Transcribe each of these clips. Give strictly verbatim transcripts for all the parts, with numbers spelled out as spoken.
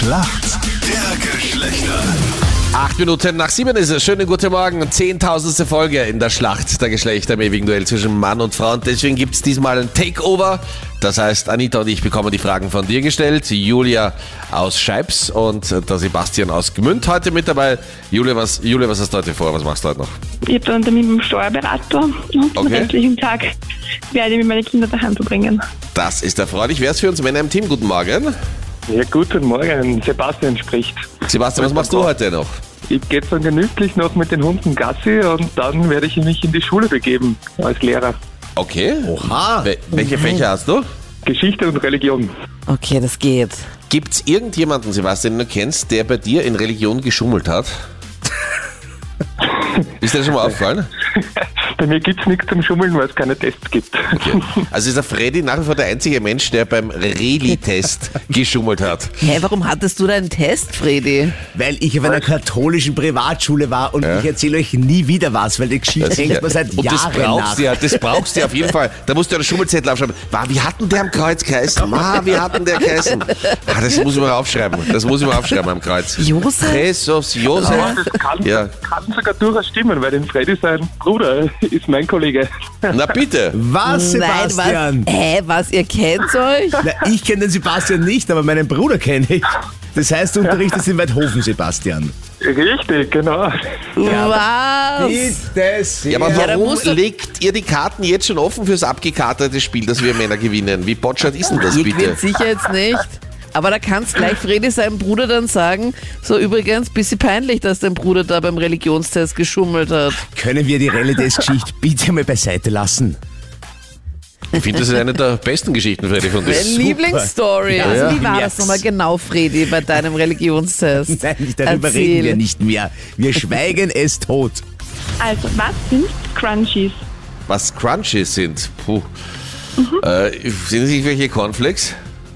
Schlacht der Geschlechter. Acht Minuten nach sieben ist es. Schönen guten Morgen. Zehntausendste Folge in der Schlacht der Geschlechter im ewigen Duell zwischen Mann und Frau. Und deswegen gibt es diesmal ein Takeover. Das heißt, Anita und ich bekommen die Fragen von dir gestellt. Julia aus Scheibs und der Sebastian aus Gmünd heute mit dabei. Julia, was, Julia, was hast du heute vor? Was machst du heute noch? Ich habe dann mit dem Steuerberater und Okay. den restlichen Tag werde ich mit meinen Kindern daheim verbringen. Das ist erfreulich. Wer ist für uns Männer im Team? Guten Morgen. Ja, guten Morgen, Sebastian spricht. Sebastian, was machst du heute noch? Ich gehe jetzt dann genüsslich noch mit den Hunden Gassi und dann werde ich mich in die Schule begeben als Lehrer. Okay. Oha. Wel- welche Fächer hast du? Geschichte und Religion. Okay, das geht. Gibt es irgendjemanden, Sebastian, den du kennst, der bei dir in Religion geschummelt hat? Ist dir das schon mal aufgefallen? Bei mir gibt es nichts zum Schummeln, weil es keine Tests gibt. Okay. Also ist der Freddy nach wie vor der einzige Mensch, der beim Reli-Test geschummelt hat. Hä, warum hattest du deinen Test, Freddy? Weil ich auf einer katholischen Privatschule war und Ja. ich erzähle euch nie wieder was, weil die Geschichte Das hängt mir seit und das Jahren brauchst nach. du ja, das brauchst du ja auf jeden Fall. Da musst du einen Schummelzettel aufschreiben. Wow, wie hat denn der am Kreuz geheißen? Wow, wie hat denn der geheißen? Ah, das muss ich mal aufschreiben. Das muss ich mal aufschreiben am Kreuz. Josef? Jesus, Josef. Das kann, Ja. kann sogar durchaus stimmen, weil den Freddy, sein Bruder, ist mein Kollege. Na bitte. Was, Sebastian? Nein, was? Hä, was, ihr kennt euch? Na, ich kenne den Sebastian nicht, aber meinen Bruder kenne ich. Das heißt, du unterrichtest in Weidhofen, Sebastian. Richtig, genau. Was? Bitte sehr. Ja, aber Ja, da warum musst du- legt ihr die Karten jetzt schon offen fürs abgekartete Spiel, dass wir Männer gewinnen? Wie botschert ist denn das Ihr bitte? gewinnt sicher jetzt nicht. Aber da kannst gleich Freddy seinem Bruder dann sagen, so übrigens, bisschen peinlich, dass dein Bruder da beim Religionstest geschummelt hat. Können wir die Realitätsgeschichte bitte mal beiseite lassen? Ich finde, das ist eine der besten Geschichten, Freddy, von dir. Meine Lieblingsstory. Ja. Also, Ja. wie war Yes. das nochmal genau, Freddy, bei deinem Religionstest? Nein, darüber Erzähl. reden wir nicht mehr. Wir schweigen es tot. Also, was sind Crunchies? Was Crunchies sind. Puh. Äh, sind es irgendwelche Cornflakes?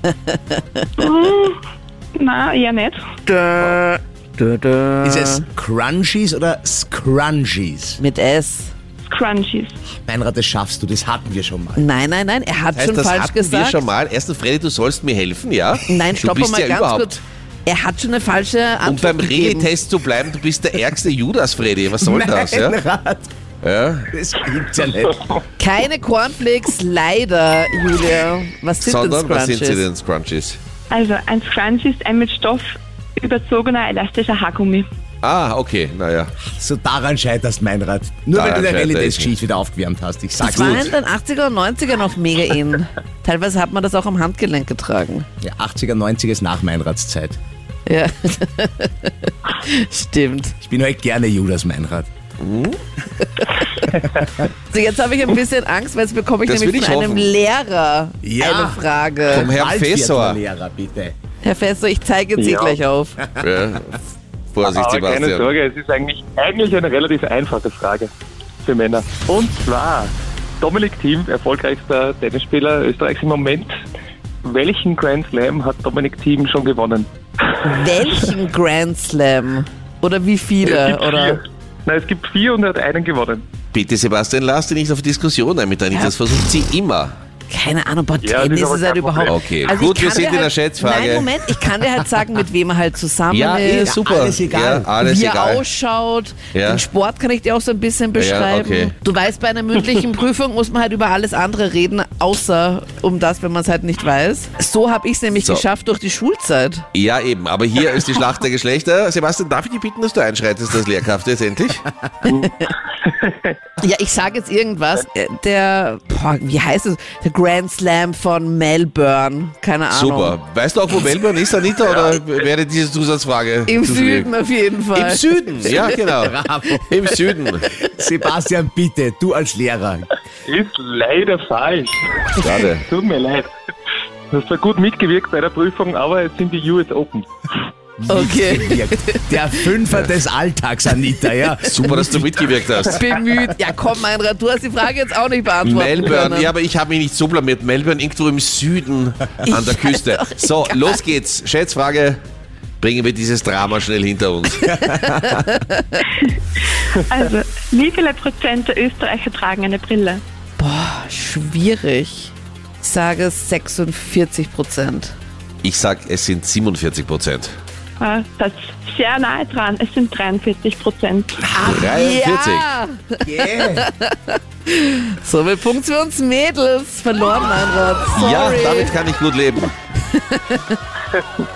Na, eher nicht. Da, da, da. Ist es Crunchies oder Scrunchies? Mit S. Crunchies. Meinrad, das schaffst du, das hatten wir schon mal. Nein, nein, nein, er hat Heißt, schon das falsch hatten gesagt. wir schon mal. Erstens, Freddy, du sollst mir helfen, ja? Nein, du stopp bist mal ja ganz überhaupt. kurz. Er hat schon eine falsche Um Antwort beim gegeben. Reli-Test zu bleiben, du bist der ärgste Judas, Freddy. Was soll das, ja? Meinrad, ja? das gibt's ja nicht. Keine Cornflakes, leider, Julia. Was sind Sondern, denn was Scrunchies? sind sie denn, Scrunchies? Also, ein Scrunchie ist ein mit Stoff überzogener elastischer Haargummi. Ah, okay, naja. So daran scheiterst, Meinrad. Nur Daran weil du die scheiter ich Realitätsgeschichte wieder aufgewärmt hast. Ich sag's Das war dir. in den achtziger und neunziger noch mega in. Teilweise hat man das auch am Handgelenk getragen. Ja, achtziger, neunziger ist nach Meinrads Zeit. Ja. Stimmt. Ich bin halt gerne Judas Meinrad. So, jetzt habe ich ein bisschen Angst, weil jetzt bekomme ich Das nämlich will von ich einem hoffen. Lehrer Ja. eine Frage. Vom Herrn Fessor. Lehrer, bitte. Herr Fessor, ich zeige jetzt eh Ja. gleich auf. Ja. Vorsicht, Aber keine Sebastian. Sorge, es ist eigentlich, eigentlich eine relativ einfache Frage für Männer. Und zwar, Dominik Thiem, erfolgreichster Tennisspieler Österreichs im Moment. Welchen Grand Slam hat Dominik Thiem schon gewonnen? Welchen Grand Slam? Oder wie Es viele? gibt Oder? vier. Nein, es gibt vier und er hat einen gewonnen. Bitte, Sebastian, lass dich nicht auf Diskussion ein mit Anita. Das versucht sie immer. Keine Ahnung, boah, Ja, das Tennis ist aber ist halt kein überhaupt... Problem. Okay, Also ich gut, wir kann sind dir in der halt, Schätzfrage. Nein, Moment, ich kann dir halt sagen, mit wem er halt zusammen Ja, eh, ist, super. alles egal. Ja, alles wie er egal. ausschaut. Ja. Den Sport kann ich dir auch so ein bisschen Ja, beschreiben. okay. Du weißt, bei einer mündlichen Prüfung muss man halt über alles andere reden, außer um das, wenn man es halt nicht weiß. So habe ich es nämlich So. geschafft durch die Schulzeit. Ja, eben, aber hier ist die Schlacht der Geschlechter. Sebastian, darf ich dich bitten, dass du einschreitest als Lehrkraft jetzt endlich? Ja, ich sage jetzt irgendwas. Äh, Der, boah, wie heißt es? Der Grand Slam von Melbourne. Keine Ahnung. Super. Weißt du auch, wo Melbourne ist, Anita, oder wäre diese Zusatzfrage? Im zu Süden schwierig? auf jeden Fall. Im Süden, ja, genau. Bravo. Im Süden. Sebastian, bitte, du als Lehrer. Ist leider falsch. Schade. Tut mir leid. Du hast zwar gut mitgewirkt bei der Prüfung, aber es sind die U S Open. Okay. Wirkt. Der Fünfer des Alltags, Anita, ja. Super, dass du mitgewirkt hast. Bemüht. Ja, komm, Meinrad, du hast die Frage jetzt auch nicht beantworten Melbourne, können. ja, aber ich habe mich nicht so blamiert. Melbourne irgendwo im Süden an der Küste. So, los geht's. Schätzfrage. Bringen wir dieses Drama schnell hinter uns. Also, wie viele Prozent der Österreicher tragen eine Brille? Boah, schwierig. Ich sage sechsundvierzig Prozent. Ich sag, es sind siebenundvierzig Prozent. Äh, Das ist sehr nahe dran. Es sind dreiundvierzig Prozent. dreiundvierzig. Ja! Yeah. So viel Punkt für uns Mädels. Verloren, Meinrad. Sorry. Ja, damit kann ich gut leben.